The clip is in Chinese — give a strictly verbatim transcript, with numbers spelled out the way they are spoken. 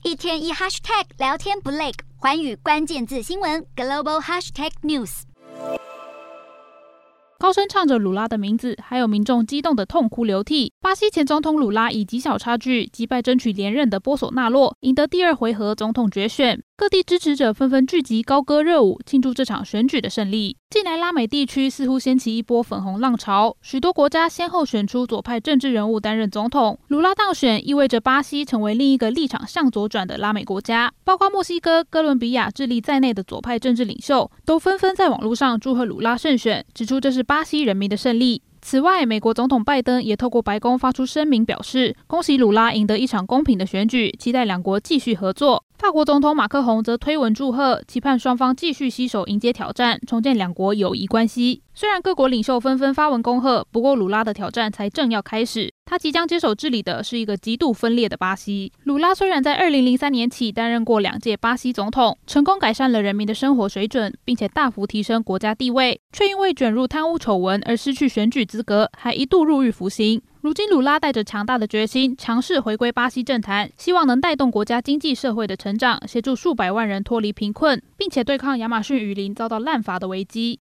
一天一 hashtag 聊天不累，寰宇关键字新闻 global hashtag news。 高声唱着鲁拉的名字，还有民众激动的痛哭流涕。巴西前总统鲁拉以极小差距击败争取连任的波索纳洛，赢得第二回合总统决选。各地支持者纷纷聚集高歌热舞，庆祝这场选举的胜利。近来拉美地区似乎掀起一波粉红浪潮，许多国家先后选出左派政治人物担任总统。鲁拉当选意味着巴西成为另一个立场向左转的拉美国家，包括墨西哥、哥伦比亚、智利在内的左派政治领袖都纷纷在网络上祝贺鲁拉胜选，指出这是巴西人民的胜利。此外，美国总统拜登也透过白宫发出声明，表示恭喜鲁拉赢得一场公平的选举，期待两国继续合作。法国总统马克宏则推文祝贺，期盼双方继续携手迎接挑战，重建两国友谊关系。虽然各国领袖纷纷发文恭贺，不过鲁拉的挑战才正要开始。他即将接手治理的是一个极度分裂的巴西。鲁拉虽然在二零零三年起担任过两届巴西总统，成功改善了人民的生活水准，并且大幅提升国家地位，却因为卷入贪污丑闻而失去选举资格，还一度入狱服刑。如今鲁拉带着强大的决心，尝试回归巴西政坛，希望能带动国家经济社会的成长，协助数百万人脱离贫困，并且对抗亚马逊雨林遭到滥伐的危机。